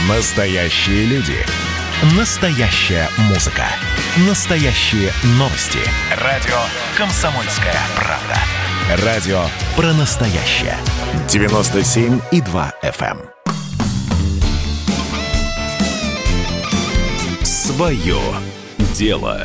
Настоящие люди. Настоящая музыка. Настоящие новости. Радио «Комсомольская правда». Радио про настоящее. 97,2 FM. Свое дело.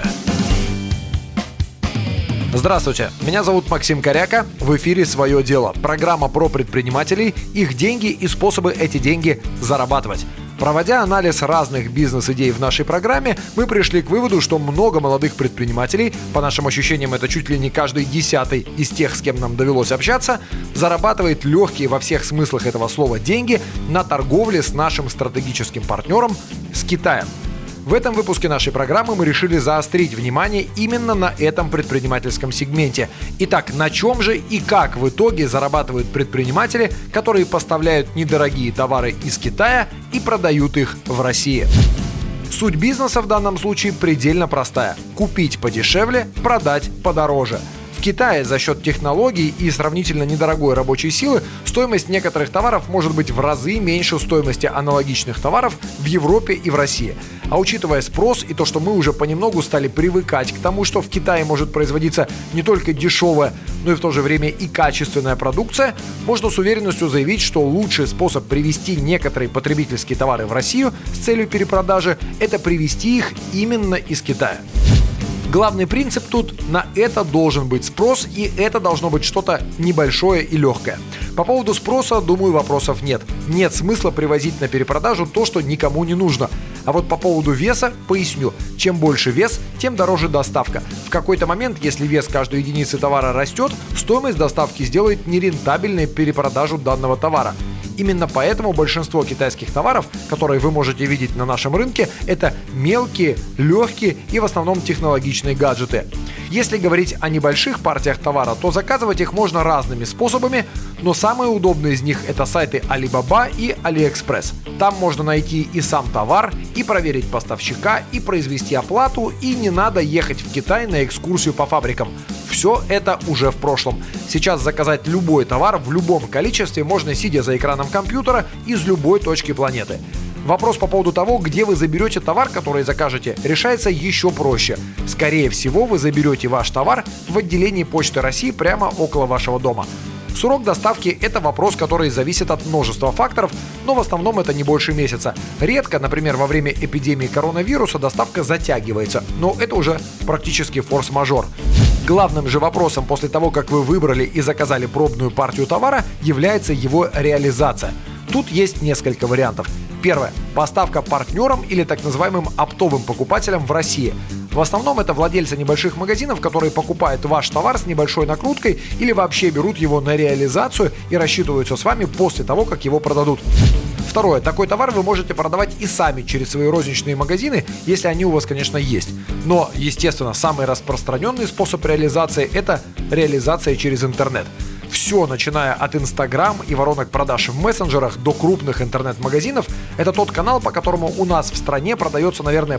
Здравствуйте, меня зовут Максим Коряка, в эфире «Свое дело». Программа про предпринимателей, их деньги и способы эти деньги зарабатывать. Проводя анализ разных бизнес-идей в нашей программе, мы пришли к выводу, что много молодых предпринимателей, по нашим ощущениям это чуть ли не каждый 10-й из тех, с кем нам довелось общаться, зарабатывает легкие во всех смыслах этого слова деньги на торговле с нашим стратегическим партнером, с Китаем. В этом выпуске нашей программы мы решили заострить внимание именно на этом предпринимательском сегменте. Итак, на чем же и как в итоге зарабатывают предприниматели, которые поставляют недорогие товары из Китая и продают их в России? Суть бизнеса в данном случае предельно простая. Купить подешевле, продать подороже. В Китае за счет технологий и сравнительно недорогой рабочей силы стоимость некоторых товаров может быть в разы меньше стоимости аналогичных товаров в Европе и в России. А учитывая спрос и то, что мы уже понемногу стали привыкать к тому, что в Китае может производиться не только дешевая, но и в то же время и качественная продукция, можно с уверенностью заявить, что лучший способ привезти некоторые потребительские товары в Россию с целью перепродажи – это привезти их именно из Китая. Главный принцип тут – на это должен быть спрос, и это должно быть что-то небольшое и легкое. По поводу спроса, думаю, вопросов нет. Нет смысла привозить на перепродажу то, что никому не нужно. А вот по поводу веса поясню. Чем больше вес, тем дороже доставка. В какой-то момент, если вес каждой единицы товара растет, стоимость доставки сделает нерентабельной перепродажу данного товара. Именно поэтому большинство китайских товаров, которые вы можете видеть на нашем рынке, это мелкие, легкие и в основном технологичные гаджеты. Если говорить о небольших партиях товара, то заказывать их можно разными способами, но самые удобные из них это сайты Alibaba и AliExpress. Там можно найти и сам товар, и проверить поставщика, и произвести оплату, и не надо ехать в Китай на экскурсию по фабрикам. Все это уже в прошлом. Сейчас заказать любой товар в любом количестве можно, сидя за экраном компьютера из любой точки планеты. Вопрос по поводу того, где вы заберете товар, который закажете, решается еще проще. Скорее всего, вы заберете ваш товар в отделении Почты России прямо около вашего дома. Срок доставки – это вопрос, который зависит от множества факторов, но в основном это не больше месяца. Редко, например, во время эпидемии коронавируса доставка затягивается, но это уже практически форс-мажор. Главным же вопросом после того, как вы выбрали и заказали пробную партию товара, является его реализация. Тут есть несколько вариантов. Первое. Поставка партнерам или так называемым оптовым покупателям в России. В основном это владельцы небольших магазинов, которые покупают ваш товар с небольшой накруткой или вообще берут его на реализацию и рассчитываются с вами после того, как его продадут. Второе. Такой товар вы можете продавать и сами через свои розничные магазины, если они у вас, конечно, есть. Но, естественно, самый распространенный способ реализации – это реализация через интернет. Все, начиная от Instagram и воронок продаж в мессенджерах до крупных интернет-магазинов, это тот канал, по которому у нас в стране продается, наверное,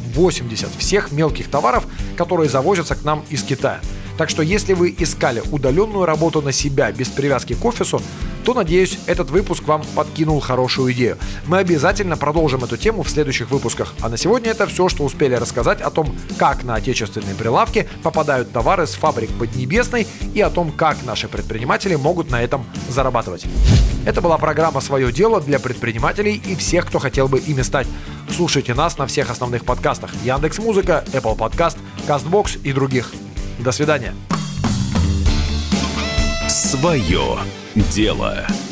80% всех мелких товаров, которые завозятся к нам из Китая. Так что если вы искали удаленную работу на себя без привязки к офису, то, надеюсь, этот выпуск вам подкинул хорошую идею. Мы обязательно продолжим эту тему в следующих выпусках. А на сегодня это все, что успели рассказать о том, как на отечественные прилавки попадают товары с фабрик Поднебесной и о том, как наши предприниматели могут на этом зарабатывать. Это была программа «Свое дело» для предпринимателей и всех, кто хотел бы ими стать. Слушайте нас на всех основных подкастах: Яндекс.Музыка, Apple Podcast, Castbox и других. До свидания. Свое дело.